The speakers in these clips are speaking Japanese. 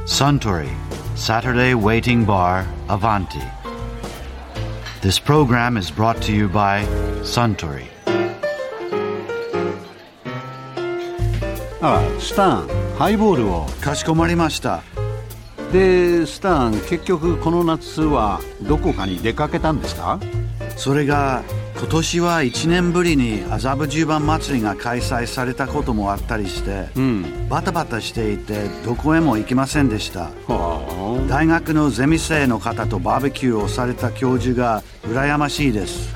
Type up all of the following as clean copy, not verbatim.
Suntory Saturday Waiting Bar Avanti. This program is brought to you by Suntory. スタンハイボールを。 かしこまりました。 でスタン、結局この夏はどこかに出かけたんですか？ それが今年は1年ぶりに麻布十番祭りが開催されたこともあったりして、バタバタしていてどこへも行きませんでした。大学のゼミ生の方とバーベキューをされた教授が羨ましいです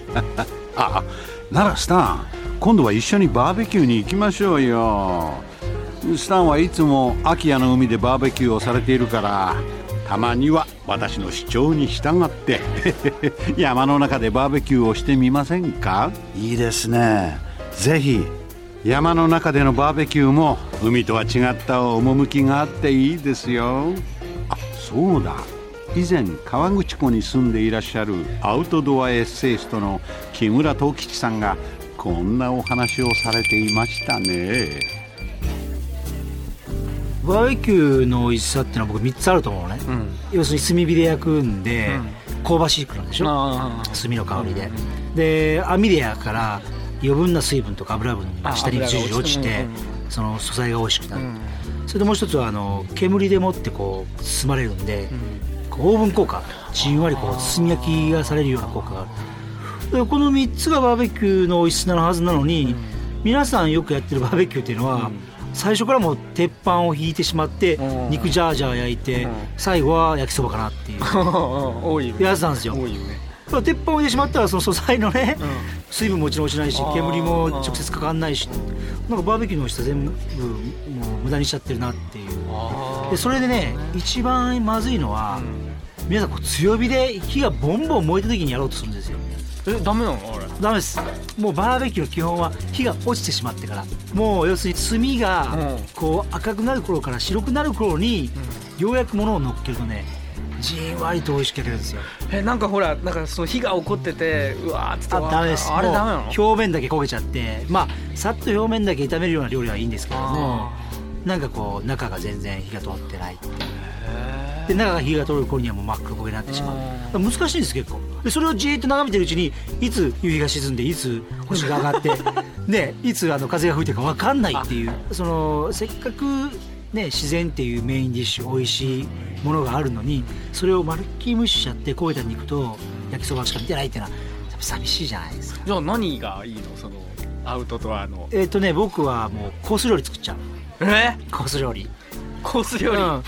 ならスタン、今度は一緒にバーベキューに行きましょうよ。スタンはいつも秋谷の海でバーベキューをされているから、たまには私の主張に従って山の中でバーベキューをしてみませんか？ いいですね。ぜひ。 山の中でのバーベキューも海とは違った趣があっていいですよ。そうだ、以前河口湖に住んでいらっしゃるアウトドアエッセイストの木村藤吉さんがこんなお話をされていましたね。 バーベキューの美味しさっていうのは僕3つあると思うね、要するに炭火で焼くんで、香ばしくなるでしょ、炭の香りで、で網で焼くから余分な水分とか油分が下に徐々に落ちて、その素材が美味しくなる、それともう一つは煙でもってこう包まれるんで、オーブン効果、じんわりこう包み焼きがされるような効果がある。でこの3つがバーベキューの美味しさのはずなのに、皆さんよくやってるバーベキューっていうのは、最初からもう鉄板を引いてしまって肉ジャージャー焼いて、最後は焼きそばかなっていう多いやつなんですよ。鉄板を入れてしまったらその素材のね、水分ももちろん落ちないし、煙も直接かかんないし、なんかバーベキューの美味しさ全部もう無駄にしちゃってるなっていう。でそれでね、一番まずいのは、皆さんこう強火で火がボンボン燃えた時にやろうとするんですよ。 ダメなの？あれダメです。もうバーベキューの基本は火が落ちてしまってから、もう要するに炭がこう赤くなる頃から白くなる頃に、ようやく物を乗っけるとね、じんわりと美味しく焼けるんですよ。 なんかほら、なんかその火が起こってて、うわーっつって、 ダメです。 あれダメなの？ 表面だけ焦げちゃって、さっと表面だけ炒めるような料理はいいんですけども、なんかこう中が全然火が通ってないっていう。で中が火が通る頃にはもう真っ黒焦げになってしまう。難しいんです結構。でそれをじーっと眺めてるうちに、いつ夕日が沈んでいつ星が上がってね、いつ風が吹いてるか分かんないっていう、そのせっかくね、自然っていうメインディッシュ、美味しいものがあるのに、それをまるっきり無視しちゃって焦げた肉と焼きそばしか見てないっていうのは寂しいじゃないですか。 じゃあ何がいいの、そのアウトドアの？ 僕はもうコース料理作っちゃう。コース料理、例えば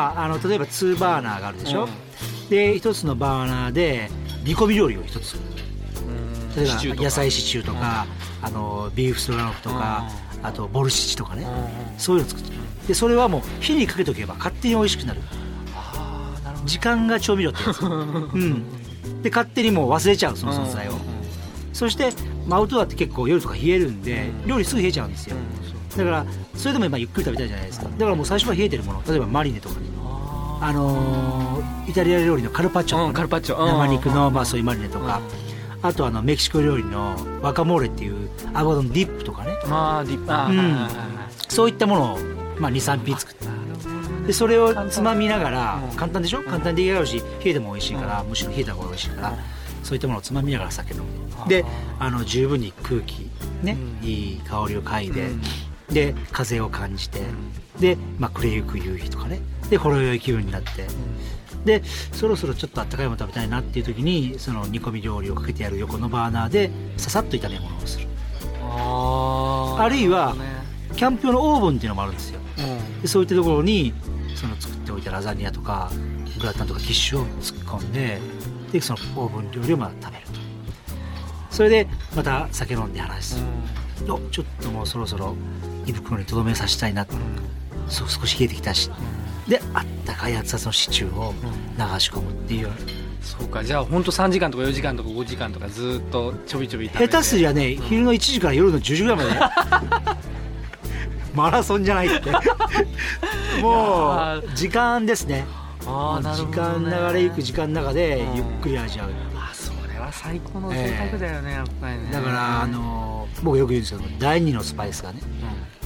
2バーナーがあるでしょ、で1つのバーナーで煮込み料理を1つ作る。例えば野菜シチューとか、ビーフストロガノフとか、あとボルシチとかね、そういうの作って、でそれはもう火にかけとけば勝手に美味しくなる。時間が調味料ってやつで勝手にもう忘れちゃう、その存在を。そしてアウトドアって結構夜とか冷えるんで、料理すぐ冷えちゃうんですよ。だからそれでも今ゆっくり食べたいじゃないですか。だからもう最初は冷えてるもの、例えばマリネとか、イタリア料理のカルパッチョ、生肉のそういうマリネとか、あとメキシコ料理のワカモーレっていうアボカドのディップとかね、そういったものを 2,3 品作って、でそれをつまみながら、簡単でしょ、簡単に出来上がるし、冷えても美味しいから、むしろ冷えた方が美味しいから、そういったものをつまみながら酒飲む。で十分に空気ね、いい香りを嗅いで、で風を感じて、で、暮れゆく夕日とかね、でほろ酔い気分になって、でそろそろちょっとあったかいもの食べたいなっていう時に、その煮込み料理をかけてやる横のバーナーでささっと炒め物をする。あるいはキャンプ用のオーブンっていうのもあるんですよ、でそういったところにその作っておいたラザニアとかグラタンとかキッシュを突っ込んで、でそのオーブン料理を食べると。それでまた酒飲んで話する。ちょっともうそろそろ胃袋にとどめさせたいな、少し冷えてきたし、であったかい熱々のシチューを流し込むっていう。 そうか、じゃあ本当3時間とか4時間とか5時間とかずっとちょびちょび食べて、 下手すりゃね、昼の1時から夜の10時ぐらいまでマラソンじゃないってもう時間ですね。時間流れゆく時間の中でゆっくり味わう。 それは最高の贅沢だよね、やっぱりね。 だから僕よく言うんですけど、第二のスパイスがね、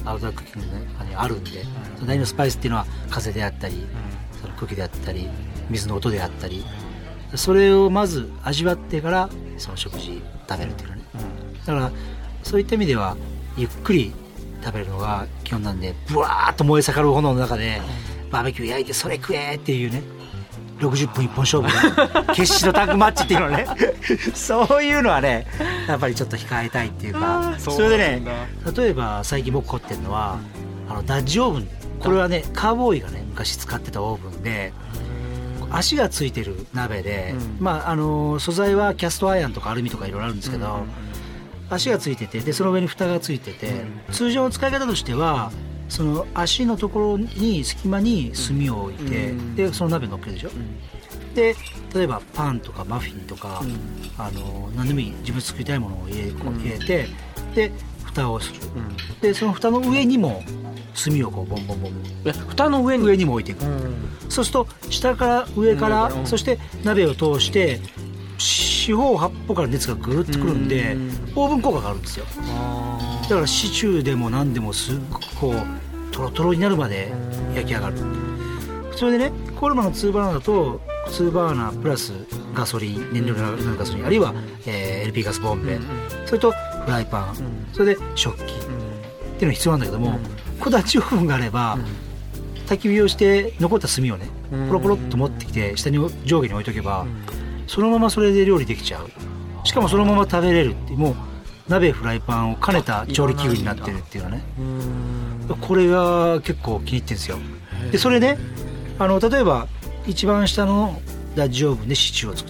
アウトドアクッキングの中にあるんで、その第2のスパイスっていうのは風であったり、その空気であったり、水の音であったり、それをまず味わってからその食事食べるっていうのね、だからそういった意味ではゆっくり食べるのが基本なんで、ブワーッと燃え盛る炎の中でバーベキュー焼いてそれ食えっていうね、60分一本勝負で決死のタッグマッチっていうのねそういうのはねやっぱりちょっと控えたいっていうか、それでね、例えば最近僕凝ってるのはダッジオーブン、これはねカーボーイがね昔使ってたオーブンで、足がついてる鍋で、素材はキャストアイアンとかアルミとかいろいろあるんですけど、足がついてて、でその上に蓋がついてて、通常の使い方としてはその足のところに隙間に炭を置いて、でその鍋に乗っけるでしょ、で例えばパンとかマフィンとか、何でもいい自分作りたいものを入れて、で蓋をする、でその蓋の上にも炭をこうボンボンボンボン、 蓋の上にも置いていく、そうすると下から上から、そして鍋を通して四方八方から熱がぐるっとくるんで、オーブン効果があるんですよ。だからシチューでも何でもすっごくこうトロトロになるまで焼き上がる。それでね、コールマンの2バーナーだと2バーナープラスガソリン、燃料になるガソリン、あるいは、LP ガスボンベ、それとフライパン、それで食器っていうのが必要なんだけども、これダッチオーブンがあれば焚き火をして残った炭をねポロポロっと持ってきて下に上下に置いとけば、そのままそれで料理できちゃう。しかもそのまま食べれるっていう、もう鍋フライパンを兼ねた調理器具になってるっていうのね、これが結構気に入ってるんですよ。でそれね、例えば一番下のダッジオーブンでシチューを作って、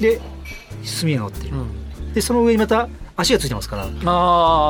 で炭が乗ってる、でその上にまた足がついてますから、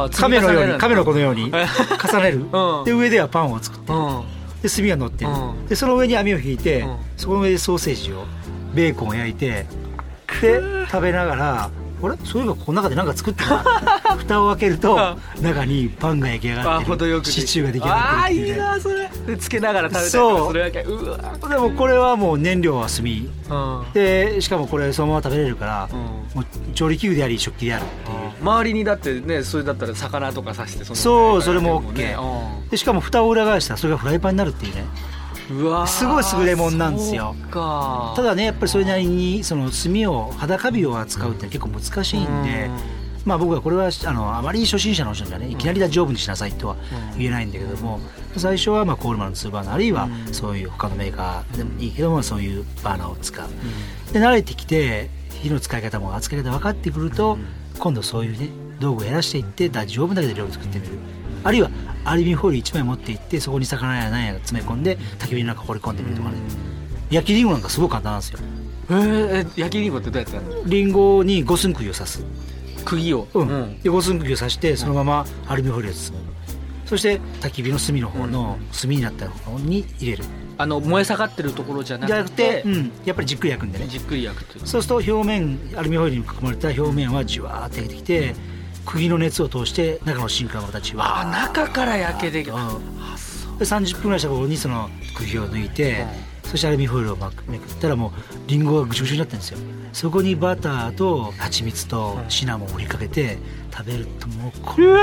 亀の子のように重ねる、で上ではパンを作ってる、で炭が乗ってる、でその上に網を引いて、そこの上でソーセージをベーコンを焼いて、で食べながら、あれそういえばこの中で何か作ってるな蓋を開けると中にパンが焼き上がってる、シチューが出来上がってるっていう、ね、 いいなそれでつけながら食べたりそうそれだけ、うわでもこれはもう燃料は炭、でしかもこれそのまま食べれるから、もう調理器具であり食器であるっていう。 周りにだってね、それだったら魚とか刺してそう、それも OK で、しかも蓋を裏返したらそれがフライパンになるっていうね、 うわすごい優れもんなんですよ。ただね、やっぱりそれなりにその炭を、裸火を扱うって結構難しいんで、僕はこれはあまりに初心者の人にはね、いきなりダッジオーブンにしなさいとは言えないんだけども、最初はコールマンの2バーナー、あるいはそういう他のメーカーでもいいけども、そういうバーナーを使う、で慣れてきて火の使い方も扱い方分かってくると、今度そういうね道具を減らしていってダッジオーブンだけで料理作ってみる、あるいはアルミホイル1枚持っていってそこに魚や何や詰め込んで焚き火の中放り込んでみるとかね。焼きリンゴなんかすごく簡単なんですよ。 焼きリンゴってどうやってやるの？ リンゴに五寸釘を刺す、 釘を、 で五寸釘を刺してそのままアルミホイルで包む、そして焚き火の炭の方の炭になった方に入れる、 燃え盛ってるところじゃなくて、 やっぱりじっくり焼くんでね、 じっくり焼くという。 そうすると表面、アルミホイルに囲まれた表面はじわーって焼けてきて、釘の熱を通して中の芯からまたじわー、 中から焼けてきた、 で30分ぐらいした頃にその釘を抜いて、そしてアルミホイルをめくったらもうリンゴがぐちゅぐちゅになってるんですよ。そこにバターと蜂蜜とシナモンを振りかけて食べると、もうこれ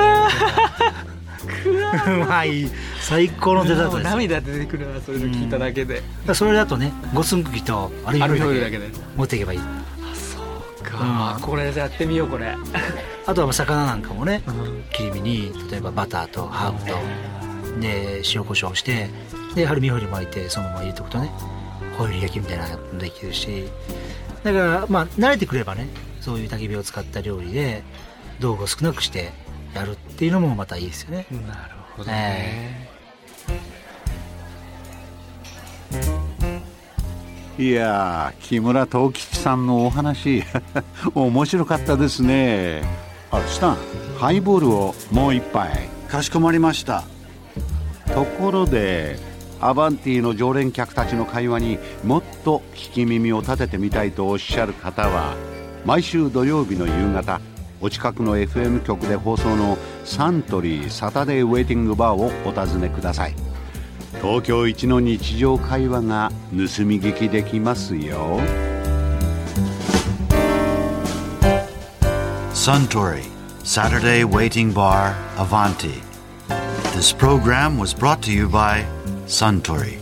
うまい、最高のデザートです。 涙出てくるな、それで聞いただけで。 それだとね、五寸釘とアルミホイルだけで持っていけばいい。 そうか、これやってみようこれ。 あとは魚なんかもね、切り身に例えばバターとハーブとで塩コショウして、でアルミホイル巻いてそのまま入れておくとね、ホイル焼きみたいなのできるし、だから慣れてくればね、そういう焚き火を使った料理で道具を少なくしてやるっていうのもまたいいですよね。 なるほどね。 いや木村藤吉さんのお話面白かったですね。スタン、ハイボールをもう一杯。 かしこまりました。 ところでアバンティの常連客たちの会話にもっと聞き耳を立ててみたいとおっしゃる方は、毎週土曜日の夕方、お近くの FM 局で放送のサントリーサタデーウェイティングバーをお尋ねください。東京一の日常会話が盗み聞きできますよ。 Suntory Saturday Waiting Bar Avanti. This program was brought to you by Suntory.